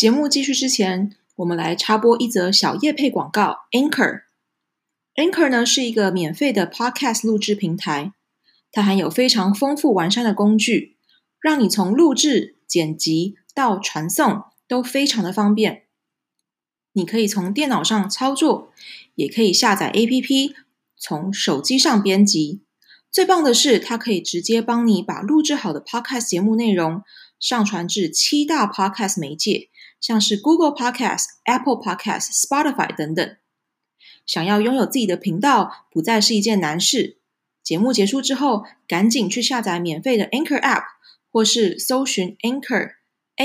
节目继续之前，我们来插播一则小业配广告。Anchor 呢是一个免费的 Podcast 录制平台，它含有非常丰富完善的工具，让你从录制、剪辑到传送都非常的方便。你可以从电脑上操作，也可以下载 APP， 从手机上编辑。最棒的是，它可以直接帮你把录制好的 Podcast 节目内容上传至7大 Podcast 媒介，像是 Google Podcast、Apple Podcast、Spotify 等等。想要拥有自己的频道，不再是一件难事。节目结束之后，赶紧去下载免费的 Anchor App， 或是搜寻 Anchor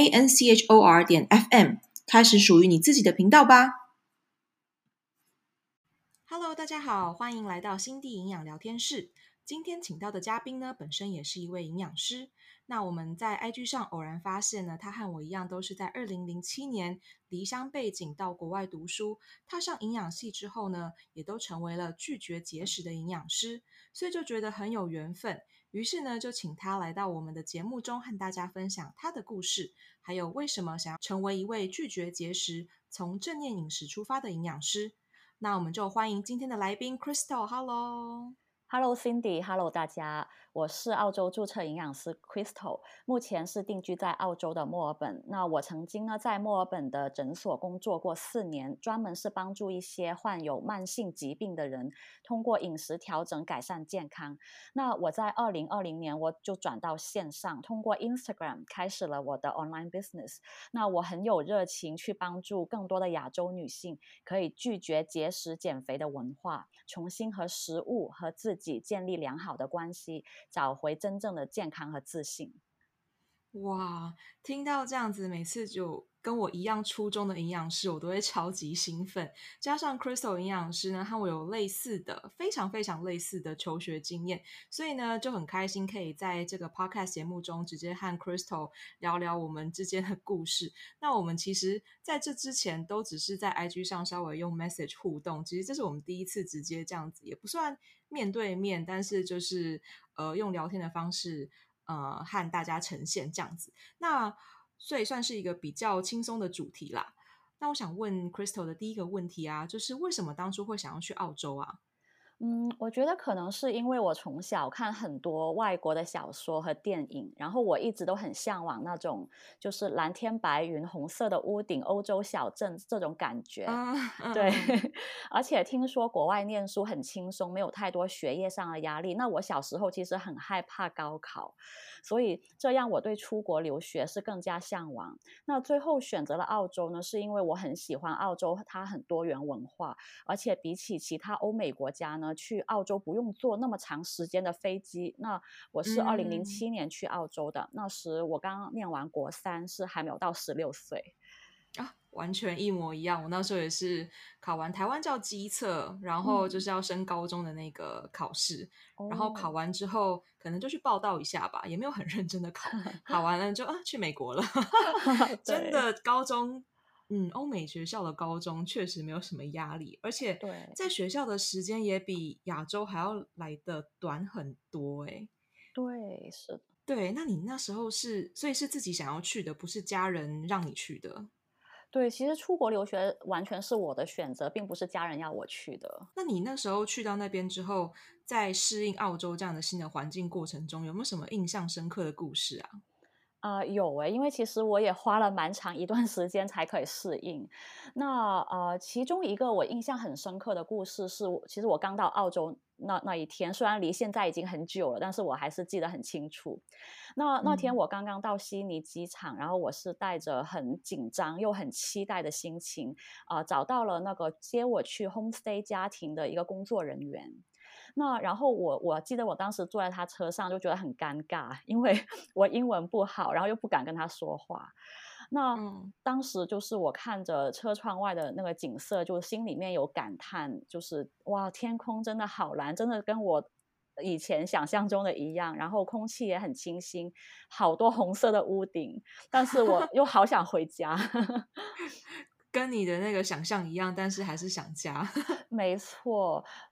ANCHOR.FM， 开始属于你自己的频道吧。Hello， 大家好，欢迎来到心地营养聊天室。今天请到的嘉宾呢，本身也是一位营养师。那我们在 IG 上偶然发现呢，他和我一样都是在2007年离乡背井到国外读书，踏上营养系之后呢，也都成为了拒绝节食的营养师，所以就觉得很有缘分。于是呢，就请他来到我们的节目中和大家分享他的故事，还有为什么想要成为一位拒绝节食、从正念饮食出发的营养师。那我们就欢迎今天的来宾 Crystal。Hello，Hello Cindy，Hello 大家，我是澳洲注册营养师 Crystal， 目前是定居在澳洲的墨尔本。那我曾经呢在墨尔本的诊所工作过4年，专门是帮助一些患有慢性疾病的人通过饮食调整改善健康。那我在2020年我就转到线上，通过 Instagram 开始了我的 online business。那我很有热情去帮助更多的亚洲女性可以拒绝节食减肥的文化，重新和食物和自己建立良好的关系，找回真正的健康和自信。 哇，听到这样子，每次就跟我一样初中的营养师，我都会超级兴奋。加上 Crystal 营养师呢，和我有类似的非常非常类似的求学经验，所以呢就很开心可以在这个 podcast 节目中直接和 Crystal 聊聊我们之间的故事。那我们其实在这之前都只是在 IG 上稍微用 message 互动，其实这是我们第一次直接这样子，也不算面对面，但是就是用聊天的方式和大家呈现这样子。那所以算是一个比较轻松的主题啦。那我想问 Crystal 的第一个问题啊，就是为什么当初会想要去澳洲啊？ 我觉得可能是因为我从小看很多外国的小说和电影，然后我一直都很向往那种就是蓝天白云、红色的屋顶、欧洲小镇这种感觉。对，而且听说国外念书很轻松，没有太多学业上的压力。那我小时候其实很害怕高考，所以这样我对出国留学是更加向往。那最后选择了澳洲呢，是因为我很喜欢澳洲，它很多元文化，而且比起其他欧美国家呢，去澳洲不用坐那么长时间的飞机。那我是2007年去澳洲的，那时我刚念完国3，是还没有到16岁。 完全一模一样。我那时候也是考完台湾叫基测，然后就是要升高中的那个考试，然后考完之后可能就去报道一下吧，也没有很认真的考。考完了就去美国了。真的高中欧美学校的高中确实没有什么压力，而且在学校的时间也比亚洲还要来得短很多对，是的。 对，那你那时候所以是自己想要去的，不是家人让你去的？ 对，其实出国留学完全是我的选择，并不是家人要我去的。 那你那时候去到那边之后，在适应澳洲这样的新的环境过程中，有没有什么印象深刻的故事啊？ 有因为其实我也花了蛮长一段时间才可以适应。那其中一个我印象很深刻的故事是，其实我刚到澳洲那一天，虽然离现在已经很久了，但是我还是记得很清楚。那天我刚刚到悉尼机场，然后我是带着很紧张又很期待的心情，找到了那个接我去 homestay 家庭的一个工作人员。那然后我记得我当时坐在他车上就觉得很尴尬，因为我英文不好，然后又不敢跟他说话。那当时就是我看着车窗外的那个景色，就心里面有感叹，就是哇，天空真的好蓝，真的跟我以前想象中的一样，然后空气也很清新，好多红色的屋顶，但是我又好想回家。 跟你的那个想象一样，但是还是想家。 没错，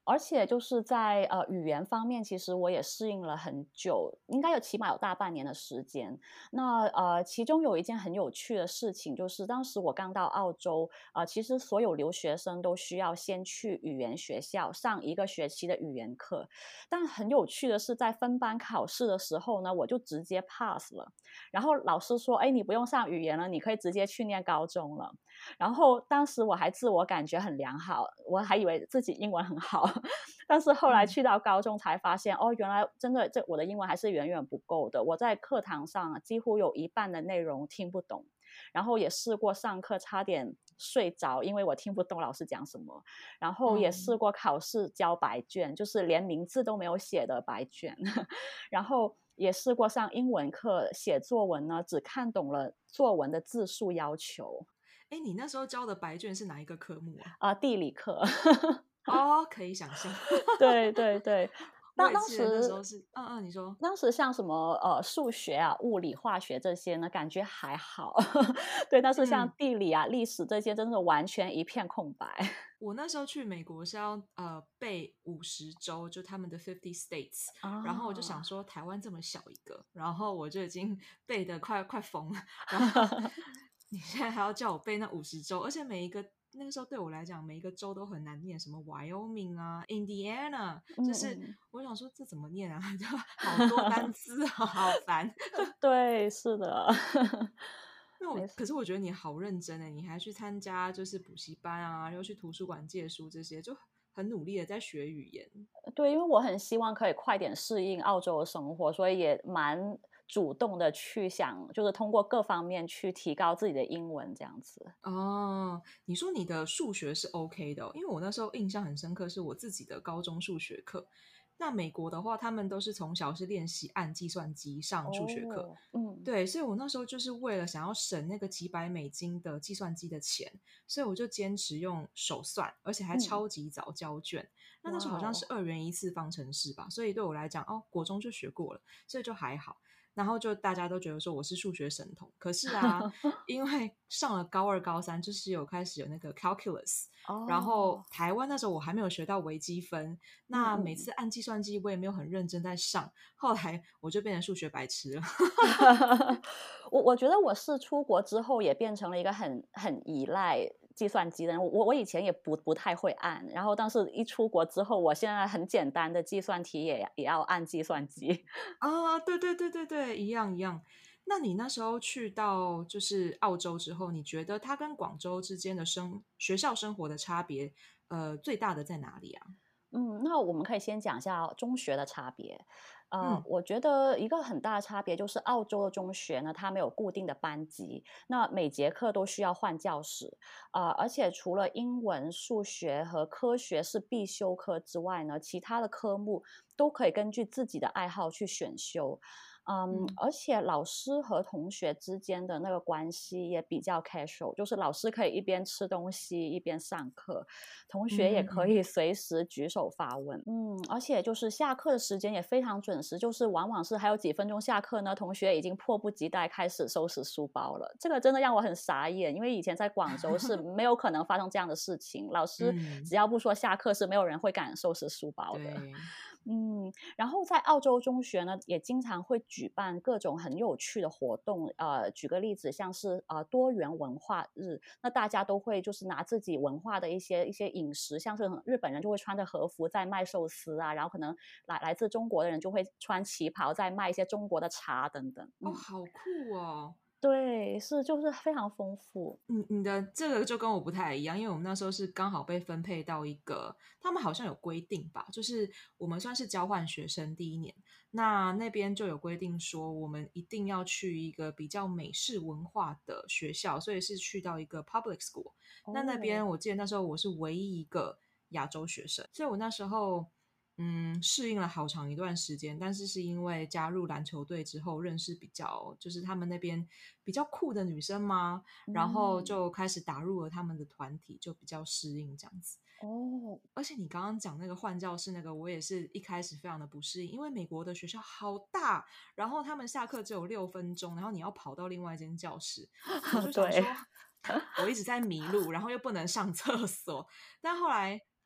而且就是在语言方面，其实我也适应了很久，应该起码有大半年的时间。那其中有一件很有趣的事情，就是当时我刚到澳洲，其实所有留学生都需要先去语言学校上一个学期的语言课。但很有趣的是，在分班考试的时候呢，我就直接 pass 了。然后老师说：“哎，你不用上语言了，你可以直接去念高中了。”然后当时我还自我感觉很良好，我还以为自己英文很好，但是后来去到高中才发现，哦，原来真的我的英文还是远远不够的。我在课堂上几乎有一半的内容听不懂，然后也试过上课差点睡着，因为我听不懂老师讲什么。然后也试过考试交白卷，就是连名字都没有写的白卷。然后也试过上英文课写作文呢，只看懂了作文的字数要求。 哎，你那时候教的白卷是哪一个科目啊？ 地理课。 哦，可以想象。 对对对， 我当也记得那时当时候是，你说。 当时像什么数学啊、物理、化学这些呢，感觉还好。对，但是像嗯， 地理啊、历史这些，真的完全一片空白。 我那时候去美国是要背50州，就他们的50 states，然后我就想啊。 说台湾这么小一个，然后我就已经背得快疯了，然后你现在还要叫我背那50州，而且每一个那个时候对我来讲，每一个州都很难念，什么 Wyoming 啊、Indiana，就是嗯嗯， 我想说这怎么念啊，就好多单词啊，好烦。 对，是的。没错。 可是我觉得你好认真哎，你还去参加就是补习班啊，又去图书馆借书这些，就很努力的在学语言。 对，因为我很希望可以快点适应澳洲的生活，所以也蛮主动的去想，就是通过各方面去提高自己的英文这样子。 哦，你说你的数学是 OK 的哦，因为我那时候印象很深刻，是我自己的高中数学课。那美国的话，他们都是从小是练习按计算机上数学课， 哦，嗯对，所以我那时候就是为了想要省那个几百美金的计算机的钱，所以我就坚持用手算，而且还嗯， 超级早交卷。那时候好像是哇哦。 2元一次方程式吧，所以对我来讲，国中就学过了，所以就还好。然后就大家都觉得说我是数学神童，可是啊，因为上了高二、高三，就是开始有那个 calculus，然后哦， 台湾那时候我还没有学到微积分，那每嗯嗯。 次按计算机我也没有很认真在上，后来我就变成数学白痴了。 我觉得我是出国之后也变成了一个很依赖计算机的人。我以前也不太会按，然后但是一出国之后，我现在很简单的计算题也要按计算机。 啊，对对对对对，一样一样。那你那时候去到就是澳洲之后，你觉得它跟广州之间的学校生活的差别，最大的在哪里啊？ 嗯，那我们可以先讲一下中学的差别。 嗯我觉得一个很大的差别就是澳洲的中学呢，它没有固定的班级，那每节课都需要换教室。而且除了英文、数学和科学是必修课之外呢，其他的科目都可以根据自己的爱好去选修。 嗯而且老师和同学之间的那个关系也比较 casual，就是老师可以一边吃东西一边上课，同学也可嗯嗯嗯， 以随时举手发问。而且就是下课的时间也非常准时，就是往往是还有几分钟下课呢，同学已经迫不及待开始收拾书包了。这个真的让我很傻眼，因为以前在广州是没有可能发生这样的事情，老师嗯， 只要不说下课，是没有人会敢收拾书包的。 对。 然后在澳洲中学呢，也经常会举办各种很有趣的活动。举个例子，像是多元文化日，那大家都会就是拿自己文化的一些饮食，像是日本人就会穿着和服在卖寿司啊，然后可能来自中国的人就会穿旗袍在卖一些中国的茶等等。 哦，好酷哦！ 对，就是非常丰富。 你的这个就跟我不太一样，因为我们那时候是刚好被分配到一个，他们好像有规定吧，就是我们算是交换学生第一年，那边就有规定说，我们一定要去一个比较美式文化的学校，所以是去到一个 public school。那边哦， 我记得那时候我是唯一一个亚洲学生，所以我那时候适应了好长一段时间，但是是因为加入篮球队之后，认识比较就是他们那边比较酷的女生嘛，然后嗯， 就开始打入了他们的团体，就比较适应这样子。 哦， 而且你刚刚讲那个换教室那个，我也是一开始非常的不适应，因为美国的学校好大，然后他们下课只有6分钟，然后你要跑到另外一间教室，我就想对。 说，我一直在迷路，然后又不能上厕所，但后来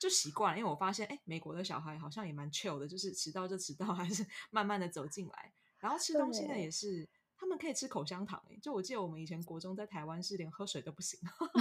就习惯了，因为我发现美国的小孩好像也蛮 chill 的，就是迟到就迟到，还是慢慢的走进来。然后吃东西呢也对。 是，他们可以吃口香糖就我记得我们以前国中在台湾是连喝水都不行。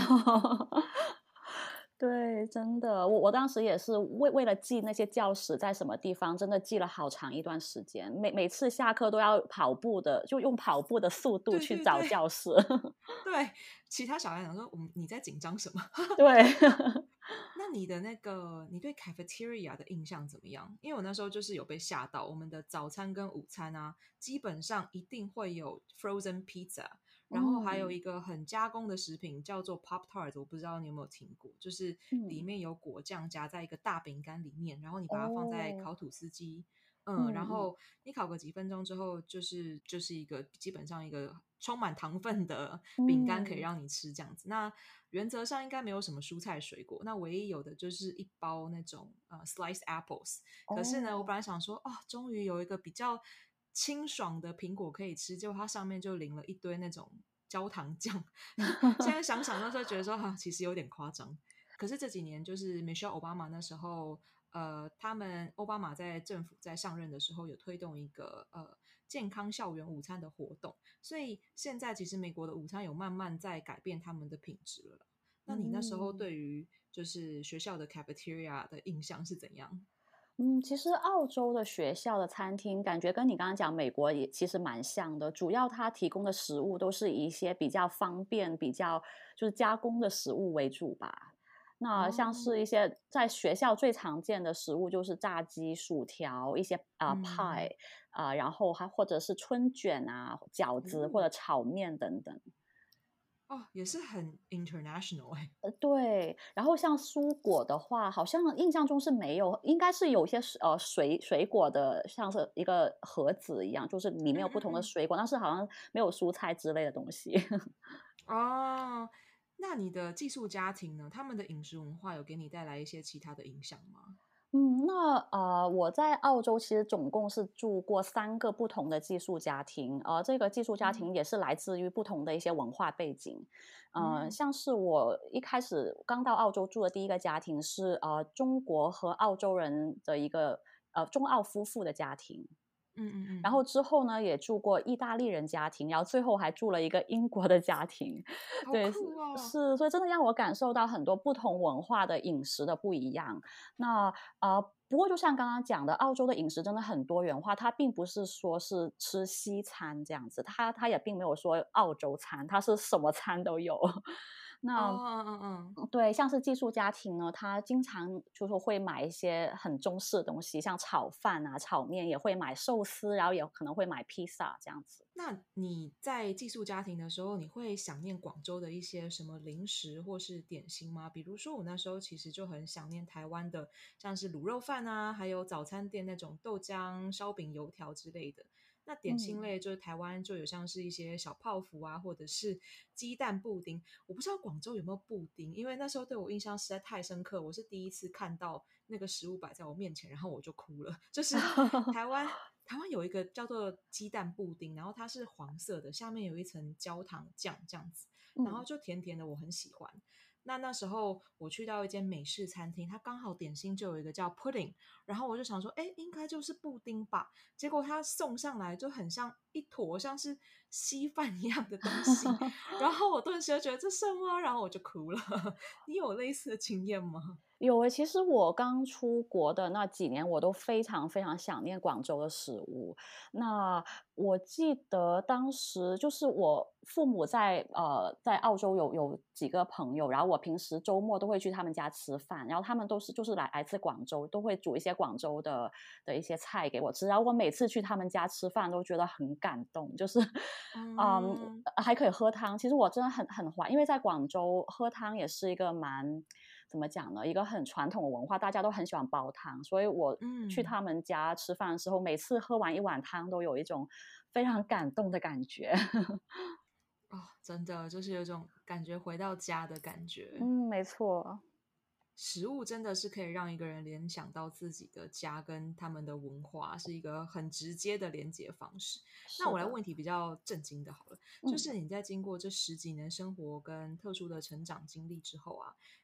对，真的，我当时也是为了记那些教室在什么地方，真的记了好长一段时间。每次下课都要跑步的，就用跑步的速度去找对对对教室。 对，其他小孩想说，你在紧张什么？ 对。 那你的你对 cafeteria 的印象怎么样？因为我那时候就是有被吓到，我们的早餐跟午餐啊，基本上一定会有 frozen pizza，然后还有嗯一个很加工的食品叫做 Pop Tart，我不知道你有没有听过，就是里嗯。 面有果酱夹在一个大饼干里面，然后你把它放在哦。 烤吐司机，然嗯嗯后你烤个几分钟之后，就是一个基本上一个充满糖分的饼干可以嗯。 让你吃这样子。那原则上应该没有什么蔬菜水果，那唯一有的就是一包那种sliced apples。可是呢，我哦。 本来想说，终于有一个比较清爽的苹果可以吃，结果它上面就淋了一堆那种焦糖酱。现在想想那时候觉得说，其实有点夸张。可是这几年就是 Michelle Obama 那时候，他们奥巴马在政府在上任的时候有推动一个健康校园午餐的活动，所以现在其实美国的午餐有慢慢在改变他们的品质了啦。那你那时候嗯。 对于就是学校的 cafeteria 的印象是怎样？ 嗯，其实澳洲的学校的餐厅感觉跟你刚刚讲美国也其实蛮像的，主要它提供的食物都是以一些比较方便、比较就是加工的食物为主吧。那像哦， 是一些在学校最常见的食物就是炸鸡、薯条、一些嗯， 派然后还或者是春卷啊、饺子或哦， 者炒面等等。 哦，也是很 international 对，然后像蔬果的话，好像印象中是没有，应该是有一些水果的，像是一个盒子一样，就是里面有不嗯嗯嗯。 同的水果，但是好像没有蔬菜之类的东西。 哦，那你的寄宿家庭呢？他们的饮食文化有给你带来一些其他的影响吗？ 嗯，那我在澳洲其实总共是住过3个不同的寄宿家庭，这个寄宿家嗯庭也是来自于不同的一些文化背景， 嗯像是我一开始刚到澳洲住的第一个家庭是中国和澳洲人的一个中澳夫妇的家庭， 嗯嗯嗯， 然后之后呢，也住过意大利人家庭，然后最后还住了一个英国的家庭。 好对， 酷哦！ 所以真的让我感受到很多不同文化的饮食的不一样。那不过就像刚刚讲的，澳洲的饮食真的很多元化，它并不是说是吃西餐这样子，它也并没有说澳洲餐，它是什么餐都有。 哦， 那嗯嗯嗯， 对，像是寄宿家庭呢，他经常就是会买一些很中式的东西，像炒饭啊、炒面，也会买寿司，然后也可能会买披萨这样子。 那你在寄宿家庭的时候，你会想念广州的一些什么零食或是点心吗？比如说我那时候其实就很想念台湾的，像是卤肉饭啊，还有早餐店那种豆浆、烧饼、油条之类的。那点心嗯。 类就是台湾就有像是一些小泡芙啊，或者是鸡蛋布丁。我不知道广州有没有布丁，因为那时候对我印象实在太深刻，我是第一次看到那个食物摆在我面前，然后我就哭了。就是台湾台湾有一个叫做鸡蛋布丁，然后它是黄色的，下面有一层焦糖酱这样子，然后嗯。 就甜甜的，我很喜欢。那时候我去到一间美式餐厅，它刚好点心就有一个叫 pudding，然后我就想说，应该就是布丁吧。结果它送上来就很像一坨像是稀饭一样的东西，然后我顿时就觉得这什么，然后我就哭了。你有类似的经验吗？ 有诶，其实我刚出国的那几年，我都非常非常想念广州的食物。那我记得当时就是我父母在澳洲有几个朋友，然后我平时周末都会去他们家吃饭，然后他们都是就是来自广州，都会煮一些广州的一些菜给我吃，然后我每次去他们家吃饭都觉得很感动，就是嗯， 还可以喝汤。其实我真的很怀，因为在广州喝汤也是一个蛮怎么讲呢？一个很传统的文化，大家都很喜欢煲汤，所以我去嗯。 他们家吃饭的时候，每次喝完一碗汤都有一种非常感动的感觉。 哦，真的就是有种感觉回到家的感觉。 嗯，没错。 食物真的是可以让一个人联想到自己的家跟他们的文化，是一个很直接的连接方式。那是的。 我来问题比较震惊的好了，就嗯。 是你在经过这十几年生活跟特殊的成长经历之后啊，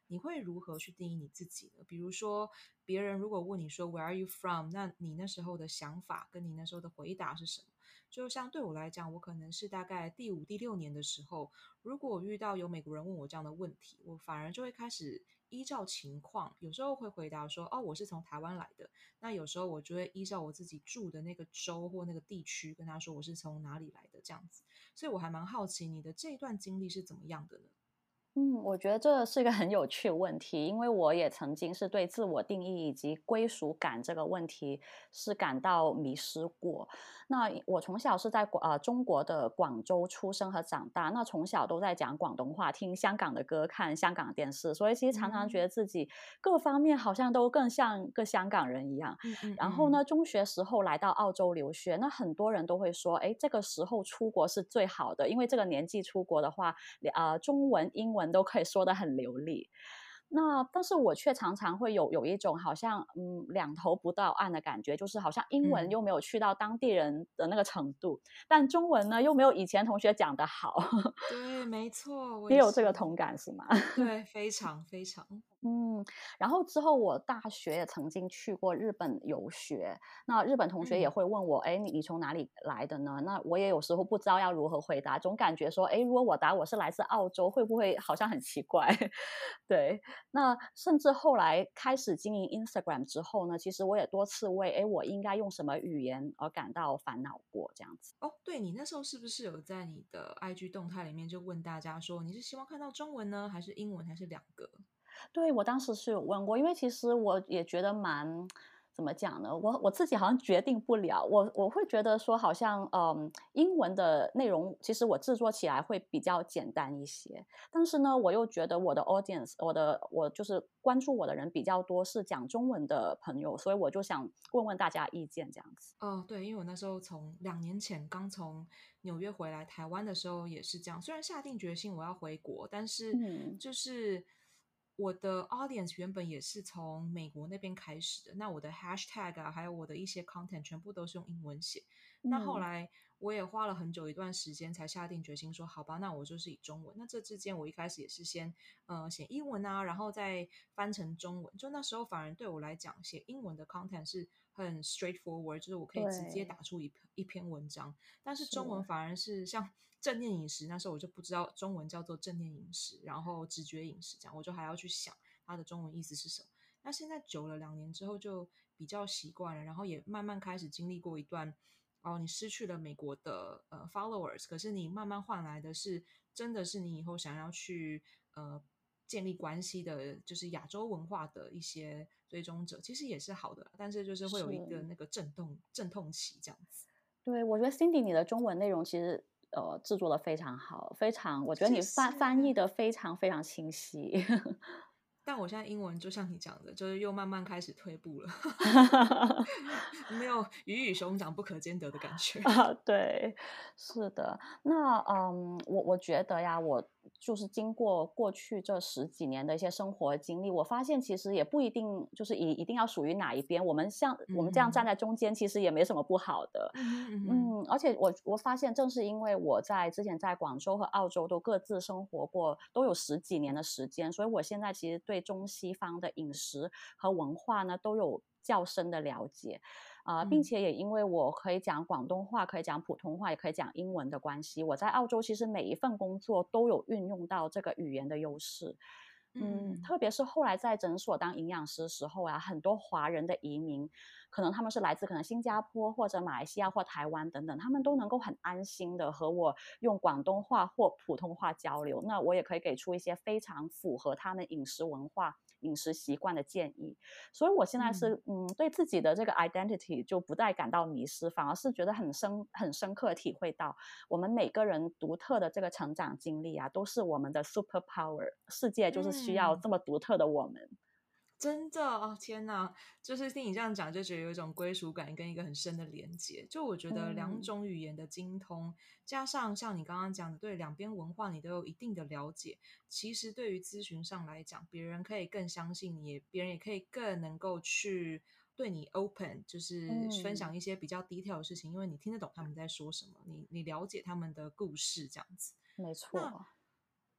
你会如何去定义你自己呢？比如说，别人如果问你说 "Where are you from"，那你那时候的想法跟你那时候的回答是什么？就像对我来讲，我可能是大概第5、第6年的时候，如果我遇到有美国人问我这样的问题，我反而就会开始依照情况，有时候会回答说：“哦，我是从台湾来的。”那有时候我就会依照我自己住的那个州或那个地区，跟他说我是从哪里来的这样子。所以我还蛮好奇你的这一段经历是怎么样的呢？ 我觉得这是一个很有趣的问题，因为我也曾经是对自我定义以及归属感这个问题是感到迷失过。那我从小是在中国的广州出生和长大，那从小都在讲广东话，听香港的歌，看香港的电视，所以其实常常觉得自己各方面好像都更像个香港人一样。 嗯嗯嗯， 然后呢，中学时候来到澳洲留学，那很多人都会说，哎，这个时候出国是最好的，因为这个年纪出国的话，中文、英文都可以说得很流利。那但是我却常常会有一种好像两头不到岸的感觉，就是好像英文嗯， 又没有去到当地人的那个程度，但中文呢又没有以前同学讲的好。 对，没错，我也也是， 有这个同感是吗？ 对，非常非常， 嗯，然后之后我大学也曾经去过日本游学，那日本同学也嗯。 会问我，哎，你从哪里来的呢？那我也有时候不知道要如何回答，总感觉说，哎，如果我答我是来自澳洲，会不会好像很奇怪？对，那甚至后来开始经营 Instagram 之后呢，其实我也多次为，哎，我应该用什么语言而感到烦恼过，这样子。 哦，对，你那时候是不是有在你的 IG 动态里面就问大家说，你是希望看到中文呢，还是英文，还是两个？ 对，我当时是有问过，因为其实我也觉得蛮怎么讲呢？我自己好像决定不了，我会觉得说，好像英文的内容其实我制作起来会比较简单一些，但是呢，我又觉得我的 audience，我就是关注我的人比较多，是讲中文的朋友，所以我就想问问大家意见这样子。 哦，对，因为我那时候从2年前刚从纽约回来台湾的时候也是这样，虽然下定决心我要回国，但是嗯就是我的 audience 原本也是从美国那边开始的，那我的 hashtag 啊，还有我的一些 content 全部都是用英文写。那后嗯， 来我也花了很久一段时间才下定决心说，好吧，那我就是以中文。那这之间我一开始也是先写英文啊，然后再翻成中文。就那时候反而对我来讲，写英文的 content 是很 straightforward，就是我可以直接对， 打出一篇文章。但是中文是， 反而是像正念饮食，那时候我就不知道中文叫做正念饮食，然后直觉饮食这样，我就还要去想它的中文意思是什么。那现在久了2年之后就比较习惯了，然后也慢慢开始经历过一段哦，你失去了美国的followers，可是你慢慢换来的是真的是你以后想要去建立关系的，就是亚洲文化的一些追踪者，其实也是好的，但是就是会有一个是。 那个阵痛期这样子。 对，我觉得 Cindy 你的中文内容其实制作的非常好，非常，我觉得你翻谢谢。 翻译的非常非常清晰。 但我现在英文就像你讲的，就是又慢慢开始退步了，没有鱼与熊掌不可兼得的感觉。 啊，对，是的。那我觉得呀，我就是经过过去这10几年的一些生活经历，我发现其实也不一定就是一定要属于哪一边。像我们这样站嗯哼， 在中间，其实也没什么不好的。 嗯哼，嗯哼， 而且我发现，正是因为我之前在广州和澳洲都各自生活过，都有10几年的时间，所以我现在其实对中西方的饮食和文化呢都有较深的了解。并嗯且也因为我可以讲广东话，可以讲普通话，也可以讲英文的关系，我在澳洲其实每一份工作都有运用到这个语言的优势。 嗯特别是后来在诊所当营养师的时候啊，很多华人的移民，可能他们是来自可能新加坡或者马来西亚或台湾等等，他们都能够很安心的和我用广东话或普通话交流，那我也可以给出一些非常符合他们饮食文化、饮食习惯的建议。所以我现在嗯。 是对自己的这个 identity 就不再感到迷失，反而是觉得很深刻地体会到，我们每个人独特的这个成长经历啊，都是我们的 super power，世界就是需要嗯， 这么独特的我们。 真的哦，天哪！就是听你这样讲，就觉得有一种归属感跟一个很深的连接。就我觉得两嗯， 种语言的精通，加上像你刚刚讲的，对两边文化你都有一定的了解，其实对于咨询上来讲，别人可以更相信你，别人也可以更能够去对你 open，就是分嗯， 享一些比较低调的事情，因为你听得懂他们在说什么，你了解他们的故事这样子。 没那错。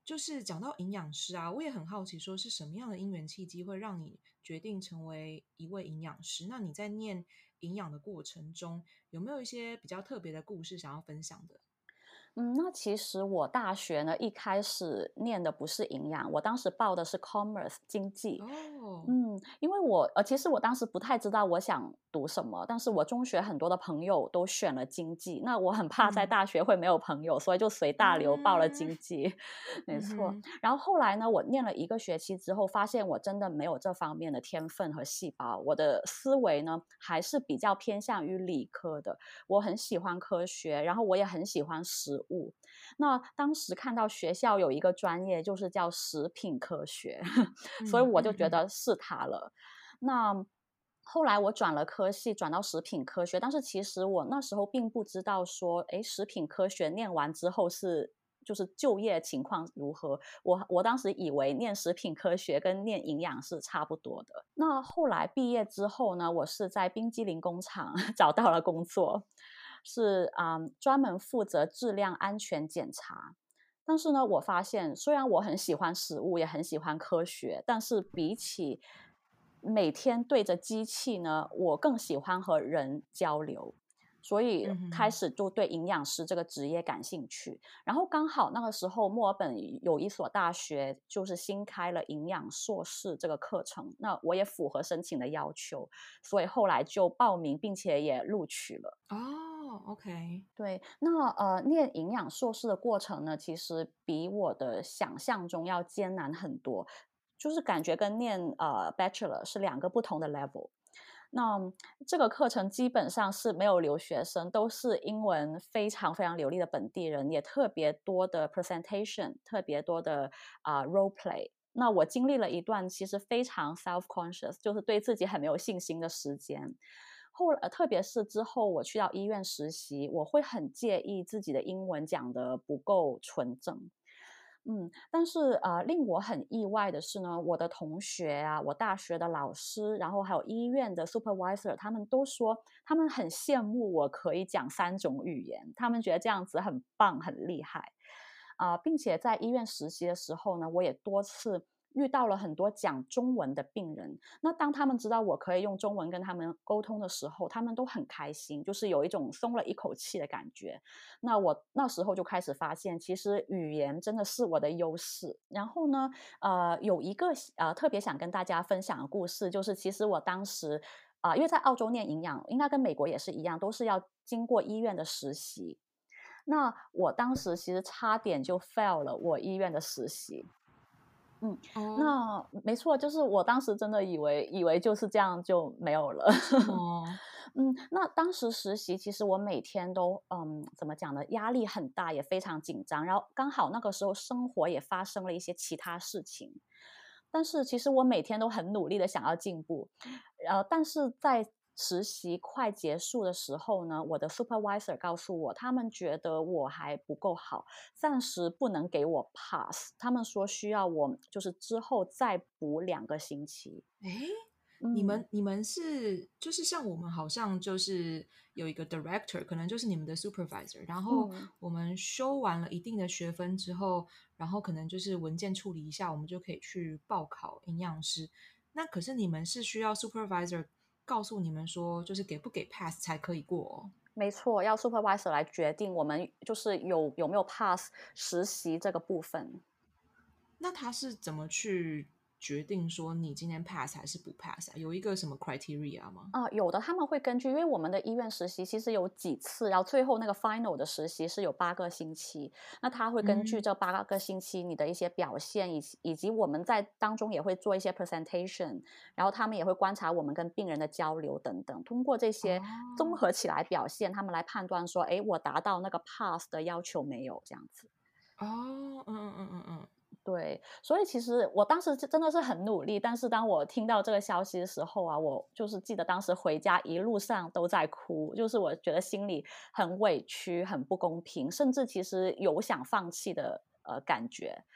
就是讲到营养师啊，我也很好奇，说是什么样的因缘契机会让你决定成为一位营养师？那你在念营养的过程中，有没有一些比较特别的故事想要分享的？ 那其实我大学呢，一开始念的不是营养，我当时报的是 commerce 经济。 哦， 因为其实我当时不太知道我想读什么，但是我中学很多的朋友都选了经济，那我很怕在嗯大学会没有朋友，所以就随大流报了嗯经济。没错。 嗯哼， 然后后来呢，我念了一个学期之后，发现我真的没有这方面的天分和细胞，我的思维呢还是比较偏向于理科的。我很喜欢科学，然后我也很喜欢食物。那当时看到学校有一个专业就是叫食品科学，所以我就觉嗯嗯嗯得是它了。那后来我转了科系，转到食品科学，但是其实我那时候并不知道说，诶，食品科学念完之后就是就业情况如何？我当时以为念食品科学跟念营养是差不多的。那后来毕业之后呢，我是在冰激凌工厂找到了工作，是专门负责质量安全检查。但是呢，我发现虽然我很喜欢食物，也很喜欢科学，但是比起每天对着机器呢，我更喜欢和人交流，所以嗯哼， 开始就对营养师这个职业感兴趣。然后刚好那个时候，墨尔本有一所大学就是新开了营养硕士这个课程，那我也符合申请的要求，所以后来就报名，并且也录取了。 哦，OK， 对，那念营养硕士的过程呢，其实比我的想象中要艰难很多，就是感觉跟念bachelor 是两个不同的 level。那这个课程基本上是没有留学生，都是英文非常非常流利的本地人，也特别多的 presentation，特别多的role play。那我经历了一段其实非常 self conscious，就是对自己很没有信心的时间。特别是之后我去到医院实习，我会很介意自己的英文讲得不够纯正。但是令我很意外的是呢，我的同学啊，我大学的老师，然后还有医院的 supervisor，他们都说他们很羡慕我可以讲3种语言，他们觉得这样子很棒、很厉害。并且在医院实习的时候呢，我也多次遇到了很多讲中文的病人。那当他们知道我可以用中文跟他们沟通的时候，他们都很开心，就是有一种松了一口气的感觉。那我那时候就开始发现，其实语言真的是我的优势。然后呢，有一个特别想跟大家分享的故事，就是其实我当时因为在澳洲念营养，应该跟美国也是一样，都是要经过医院的实习。那我当时其实差点就 fail 了我医院的实习。嗯， 哦， 那没错，就是我当时真的以为就是这样就没有了。 为什么？ 那当时实习其实我每天都怎么讲呢？压力很大，也非常紧张。然后刚好那个时候生活也发生了一些其他事情，但是其实我每天都很努力的想要进步，但是在实习快结束的时候呢，我的 supervisor 告诉我，他们觉得我还不够好，暂时不能给我 pass，他们说需要我就是之后再补2个星期。 诶，你嗯们你们是就是像我们好像就是有一个 director，可能就是你们的 supervisor，然后嗯。 我们修完了一定的学分之后，然后可能就是文件处理一下，我们就可以去报考营养师。那可是你们是需要 supervisor 告诉你们说，就是给不给 pass 才可以过哦。 没错，要 supervisor 来决定我们就是有没有 pass 实习这个部分。 那他是怎么去决定说你今天 pass 还是不 pass 啊？有一个什么 criteria 吗？ 有的他们会根据，因为我们的医院实习其实有几次，然后最后那个 final 的实习是有8个星期，那他会根据嗯， 这8个星期你的一些表现，以及我们在当中也会做一些 presentation，然后他们也会观察我们跟病人的交流等等，通过这些综哦， 合起来表现，他们来判断说，诶，我达到那个 pass 的要求没有，这样子。 哦，嗯， 对，所以其实我当时真的是很努力，但是当我听到这个消息的时候啊，我就是记得当时回家一路上都在哭，就是我觉得心里很委屈、很不公平，甚至其实有想放弃的感觉。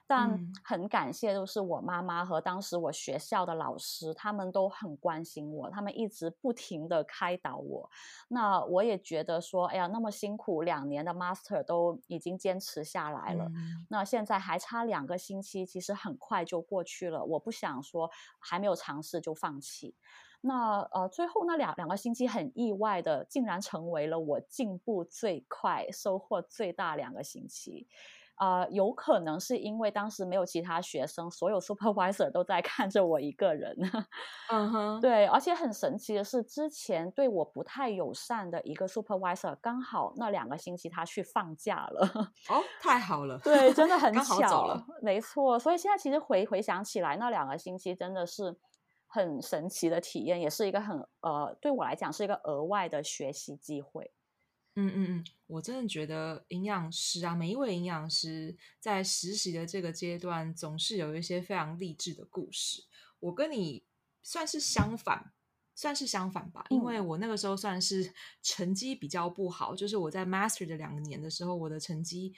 但很感谢就是我妈妈和当时我学校的老师，他们都很关心我，他们一直不停的开导我。那我也觉得说，哎呀，那么辛苦2年的 master 都已经坚持下来了，那现在还差2个星期，其实很快就过去了，我不想说还没有尝试就放弃。那最后那两个星期很意外的，竟然成为了我进步最快、收获最大2个星期。有可能是因为当时没有其他学生，所有 supervisor 都在看着我一个人。 嗯哼， 对，而且很神奇的是，之前对我不太友善的一个 supervisor，刚好那2个星期他去放假了。 哦，太好了， 对，真的很刚好走巧， 了。 没错。所以现在其实回想起来，那2个星期真的是很神奇的体验，也是一个很对我来讲是一个额外的学习机会。 我真的觉得营养师啊，每一位营养师在实习的这个阶段，总是有一些非常励志的故事。我跟你算是相反，算是相反吧，因为我那个时候算是成绩比较不好，就是我在 Master 的2年的时候，我的成绩，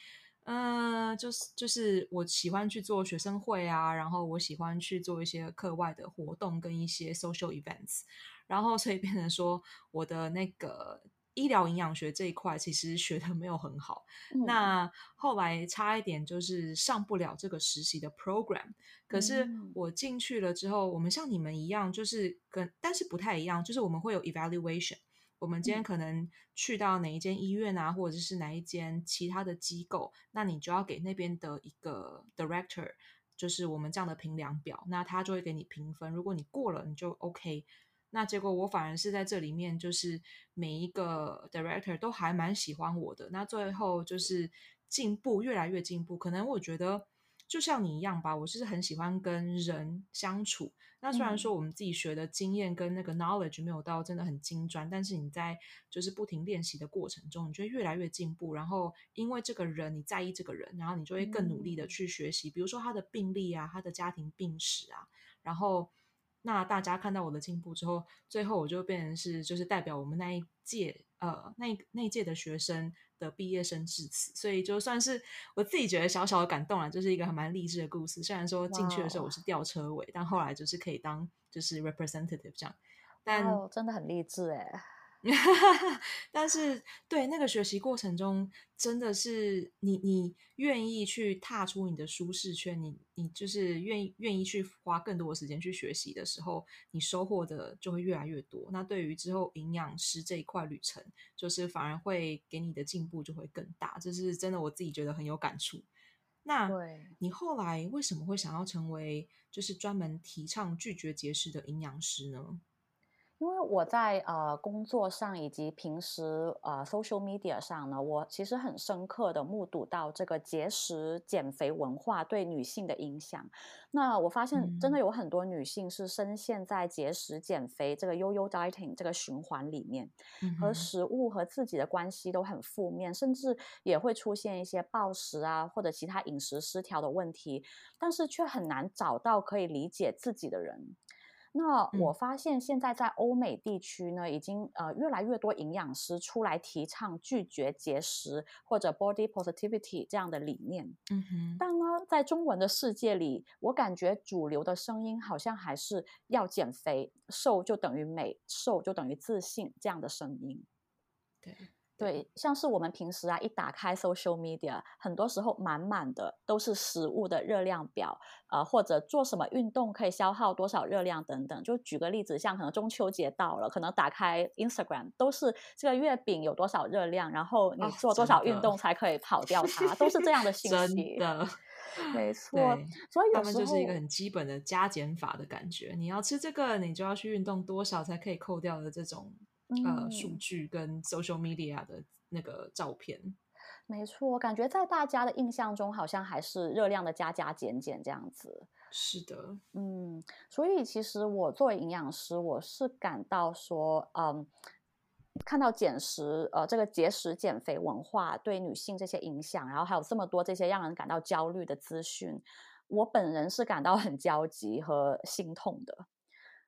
就是我喜欢去做学生会啊，然后我喜欢去做一些课外的活动跟一些 social events，然后所以变成说我的那个医疗营养学这一块其实学的没有很好，那后来差一点就是上不了这个实习的 program， 可是我进去了之后，我们像你们一样，就是但是不太一样，就是我们会有 evaluation。我们今天可能去到哪一间医院啊，或者是哪一间其他的机构，那你就要给那边的一个 director，就是我们这样的评量表，那他就会给你评分，如果你过了，你就 OK。那结果我反而是在这里面，就是每一个 director 都还蛮喜欢我的，那最后就是进步，越来越进步。可能我觉得就像你一样吧，我是很喜欢跟人相处。那虽然说我们自己学的经验跟那个 knowledge 没有到真的很精专，但是你在就是不停练习的过程中，你就会越来越进步。然后因为这个人，你在意这个人，然后你就会更努力的去学习，比如说他的病历啊，他的家庭病史啊，然后那大家看到我的进步之后，最后我就变成是就是代表我们那一届那一届的学生的毕业生致辞，所以就算是我自己觉得小小的感动啦，就是一个还蛮励志的故事。虽然说进去的时候我是吊车尾，但后来就是可以当就是 representative 这样，但哇哦，真的很励志哎。 但是对那个学习过程中，真的是你愿意去踏出你的舒适圈，你就是愿意去花更多的时间去学习的时候，你收获的就会越来越多。那对于之后营养师这一块旅程，就是反而会给你的进步就会更大。这是真的，我自己觉得很有感触。那对。 你后来为什么会想要成为就是专门提倡拒绝节食的营养师呢？ 因为我在工作上以及平时social media 上呢，我其实很深刻的目睹到这个节食减肥文化对女性的影响。那我发现真的有很多女性是深陷在节食减肥这个 yo-yo dieting 这个循环里面，和食物和自己的关系都很负面，甚至也会出现一些暴食啊或者其他饮食失调的问题，但是却很难找到可以理解自己的人。那我发现现在在欧美地区呢，已经越来越多营养师出来提倡拒绝节食或者 body positivity 这样的理念。但呢，在中文的世界里，我感觉主流的声音好像还是要减肥，瘦就等于美，瘦就等于自信这样的声音。 对对，像是我们平时啊，一打开 social media，很多时候满满的都是食物的热量表，或者做什么运动可以消耗多少热量等等。就举个例子，像可能中秋节到了，可能打开 Instagram 都是这个月饼有多少热量，然后你做多少运真的动才可以跑掉它，都是这样的信息。 真的， 没错， 对， 所以有他们就是一个时候很基本的加减法的感觉。你要吃这个，你就要去运动多少才可以扣掉的这种数嗯。 据跟 social media 的那个照片。 没错，感觉在大家的印象中，好像还是热量的加加减减这样子。 是的， 嗯，所以其实我作为营养师，我是感到说，看到减食，这个节食减肥文化对女性这些影响，然后还有这么多这些让人感到焦虑的资讯，我本人是感到很焦急和心痛的。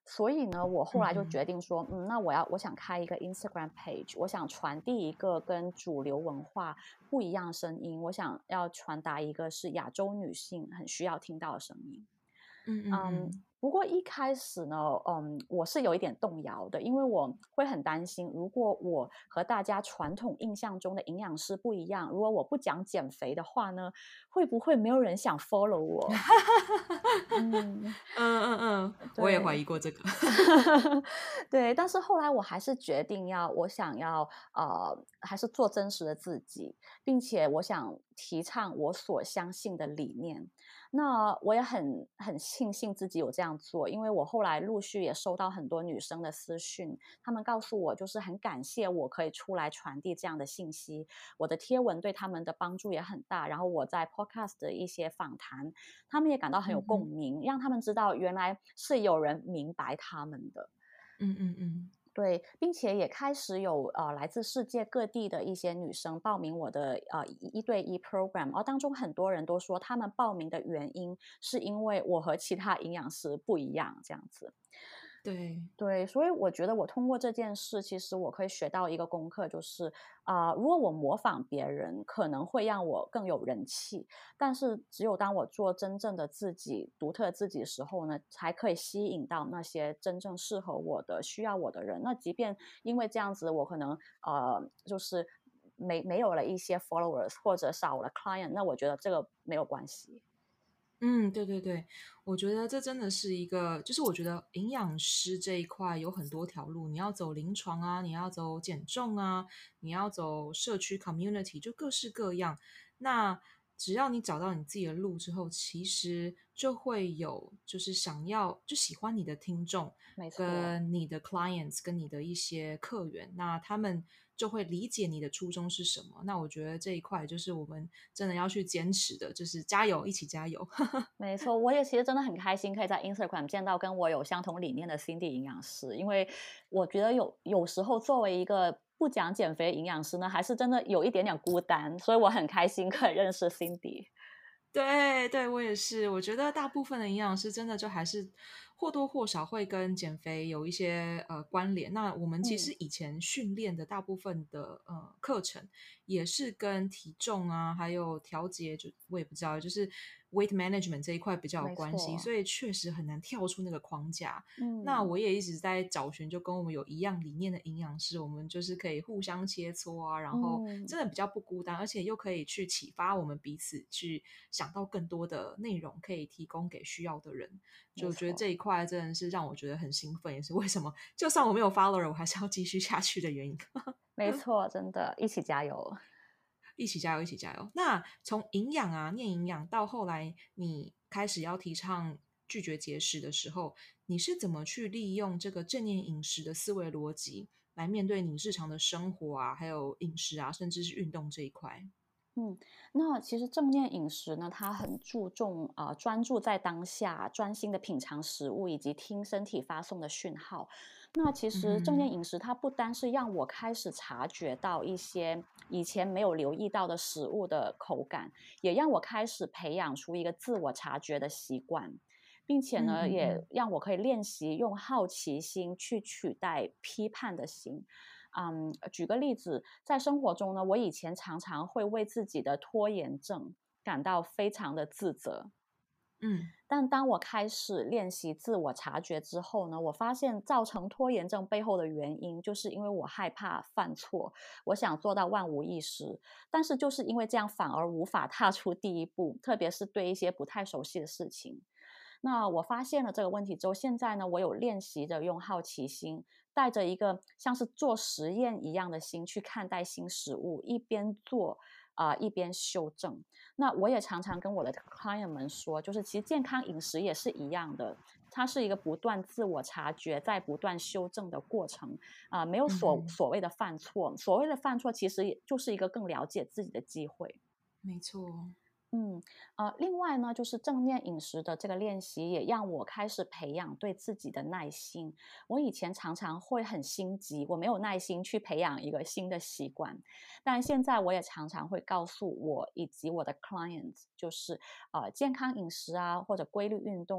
所以呢，我后来就嗯决定说，那我想开一个 Instagram page，我想传递一个跟主流文化不一样的声音，我想要传达一个是亚洲女性很需要听到的声音。 嗯嗯嗯不过一开始呢，我是有一点动摇的，因为我会很担心，如果我和大家传统印象中的营养师不一样，如果我不讲减肥的话呢，会不会没有人想 follow 我？嗯， 我也怀对。 疑过这个。 对，但是后来我还是决定我想要还是做真实的自己，并且我想提倡我所相信的理念。那我也很庆幸自己有这样做，因为我后来陆续也收到很多女生的私讯，她们告诉我就是很感谢我可以出来传递这样的信息，我的贴文对他们的帮助也很大，然后我在 podcast 的一些访谈，他们也感到很有嗯嗯共鸣，让他们知道原来是有人明白他们的。 嗯嗯嗯对，并且也开始有来自世界各地的一些女生报名我的一对一 program，当中很多人都说他们报名的原因是因为我和其他营养师不一样，这样子。 对， 对，所以我觉得我通过这件事，其实我可以学到一个功课，就是如果我模仿别人，可能会让我更有人气，但是只有当我做真正的自己、独特自己的时候呢，才可以吸引到那些真正适合我的、需要我的人。那即便因为这样子，我可能就是没有了一些 followers 或者少了 client，那我觉得这个没有关系。 嗯，对对对，我觉得这真的是一个，就是我觉得营养师这一块有很多条路，你要走临床啊，你要走减重啊，你要走社区 community，就各式各样。那只要你找到你自己的路之后，其实就会有就是想要就喜欢你的听众， 没错。 跟你的 clients，跟你的一些客源，那他们就会理解你的初衷是什么。那我觉得这一块就是我们真的要去坚持的，就是加油，一起加油。 没错，我也其实真的很开心，可以在 Instagram 见到跟我有相同理念的 Cindy 营养师，因为我觉得有时候作为一个不讲减肥的营养师呢，还是真的有一点点孤单，所以我很开心可以认识 Cindy。 对对，我也是。我觉得大部分的营养师真的就还是或多或少会跟减肥有一些关联。那我们其实嗯， 以前训练的大部分的课程也是跟体重啊，还有调节，就我也不知道，就是 weight management 这一块比较有没关系， 错。 所以确实很难跳出那个框架。那嗯， 我也一直在找寻，就跟我们有一样理念的营养师，我们就是可以互相切磋啊，然后嗯， 真的比较不孤单，而且又可以去启发我们彼此，去想到更多的内容可以提供给需要的人。就我觉得没错。 这一块真的是让我觉得很兴奋，也是为什么就算我没有 follower，我还是要继续下去的原因。 没错，真的，一起加油。 一起加油，一起加油！那从营养啊，念营养到后来，你开始要提倡拒绝节食的时候，你是怎么去利用这个正念饮食的思维逻辑来面对你日常的生活啊，还有饮食啊，甚至是运动这一块？ 嗯，那其实正念饮食呢，它很注重专注在当下，专心的品尝食物，以及听身体发送的讯号。那其嗯实正念哼， 饮食它不单是让我开始察觉到一些以前没有留意到的食物的口感，也让我开始培养出一个自我察觉的习惯，并且嗯呢， 嗯嗯也让我可以练习用好奇心去取代批判的心。举个例子，在生活中呢，我以前常常会为自己的拖延症感到非常的自责， 嗯但当我开始练习自我察觉之后呢，我发现造成拖延症背后的原因，就是因为我害怕犯错，我想做到万无一失，但是就是因为这样，反而无法踏出第一步，特别是对一些不太熟悉的事情。那我发现了这个问题之后，现在呢，我有练习着用好奇心，带着一个像是做实验一样的心去看待新事物，一边做一边修正。那我也常常跟我的 client 们说，就是其实健康饮食也是一样的，它是一个不断自我察觉、在不断修正的过程没有嗯哼， 所谓的犯错，所谓的犯错其实也就是一个更了解自己的机会。 没错， 另外呢，就是正念饮食的这个练习，也让我开始培养对自己的耐心。我以前常常会很心急，我没有耐心去培养一个新的习惯，但现在我也常常会告诉我以及我的 clients，就是健康饮食啊，或者规律运动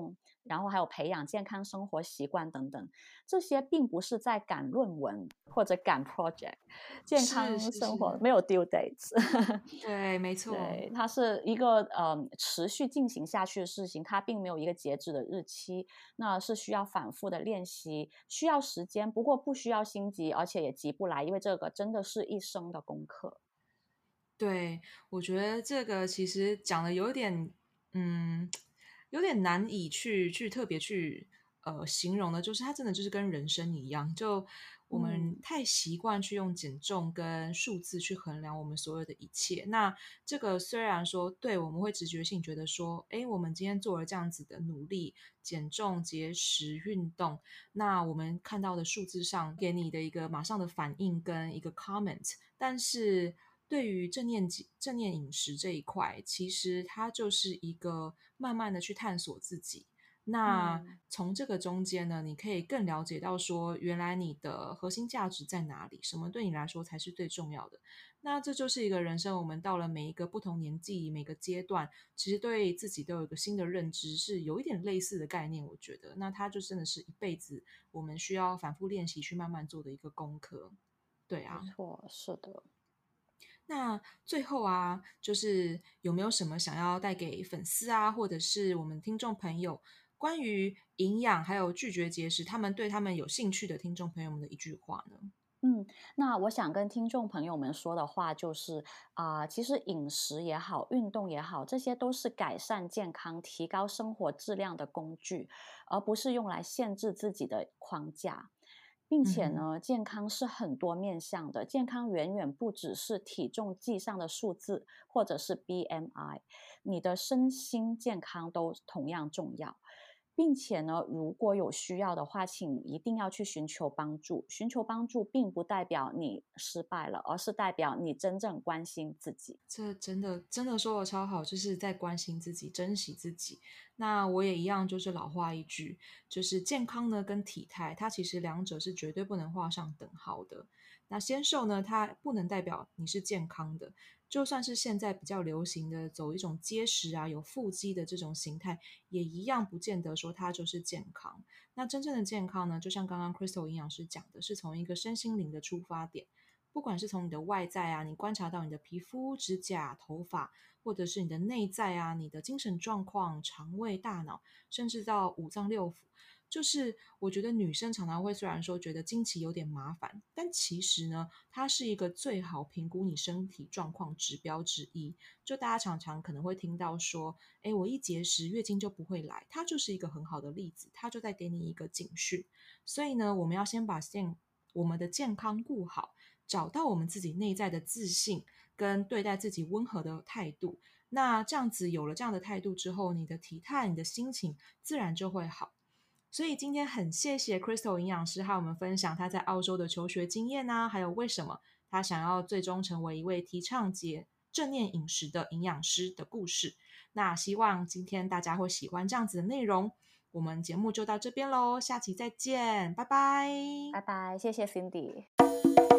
然后还有培养健康生活习惯等等。这些并不是在赶论文或者赶 project， 健是康是是， 生活没有 due dates。 对，没错。 对，它是一个持续进行下去的事情，它并没有一个截止的日期，那是需要反复的练习，需要时间，不过不需要心急，而且也急不来，因为这个真的是一生的功课。 对，我觉得这个其实讲的有点，有点难以去特别去形容的，就是它真的就是跟人生一样，就我们嗯太习惯去用减重跟数字去衡量我们所有的一切。那这个虽然说对我们会直觉性觉得说，诶，我们今天做了这样子的努力，减重、节食、运动，那我们看到的数字上给你的一个马上的反应跟一个 comment，但是对于正念饮食这一块，其实它就是一个慢慢的去探索自己。那嗯。 从这个中间呢，你可以更了解到说，原来你的核心价值在哪里，什么对你来说才是最重要的。那这就是一个人生，我们到了每一个不同年纪、每个阶段，其实对自己都有一个新的认知，是有一点类似的概念。我觉得，那它就真的是一辈子我们需要反复练习去慢慢做的一个功课。对啊。 没错，是的。 那最后啊，就是有没有什么想要带给粉丝啊，或者是我们听众朋友，关于营养还有拒绝节食，他们对他们有兴趣的听众朋友们的一句话呢？ 嗯，那我想跟听众朋友们说的话就是，其实饮食也好，运动也好，这些都是改善健康、提高生活质量的工具，而不是用来限制自己的框架。并嗯哼。 且呢，健康是很多面向的，健康远远不只是体重计上的数字，或者是 BMI，你的身心健康都同样重要。并且呢，如果有需要的话，请一定要去寻求帮助。寻求帮助并不代表你失败了，而是代表你真正关心自己。 这真的真的说的超好，就是在关心自己，珍惜自己。那我也一样，就是老话一句，就是健康呢跟体态，它其实两者是绝对不能画上等号的。那纤瘦呢，它不能代表你是健康的，就算是现在比较流行的走一种结实啊、有腹肌的这种形态，也一样不见得说它就是健康。那真正的健康呢，就像刚刚 Crystal 营养师讲的，是从一个身心灵的出发点。不管是从你的外在啊，你观察到你的皮肤、指甲、头发，或者是你的内在啊，你的精神状况、肠胃、大脑，甚至到五脏六腑，就是我觉得女生常常会虽然说觉得经期有点麻烦，但其实呢，它是一个最好评估你身体状况指标之一。就大家常常可能会听到说，诶，我一节食月经就不会来，它就是一个很好的例子，它就在给你一个警讯。所以呢，我们要先把我们的健康顾好，找到我们自己内在的自信跟对待自己温和的态度。那这样子有了这样的态度之后，你的体态、你的心情自然就会好。所以今天很谢谢 Crystal 营养师和我们分享他在澳洲的求学经验啊，还有为什么他想要最终成为一位提倡正念饮食的营养师的故事。那希望今天大家会喜欢这样子的内容。我们节目就到这边咯，下期再见，拜拜。 拜拜，谢谢 Cindy。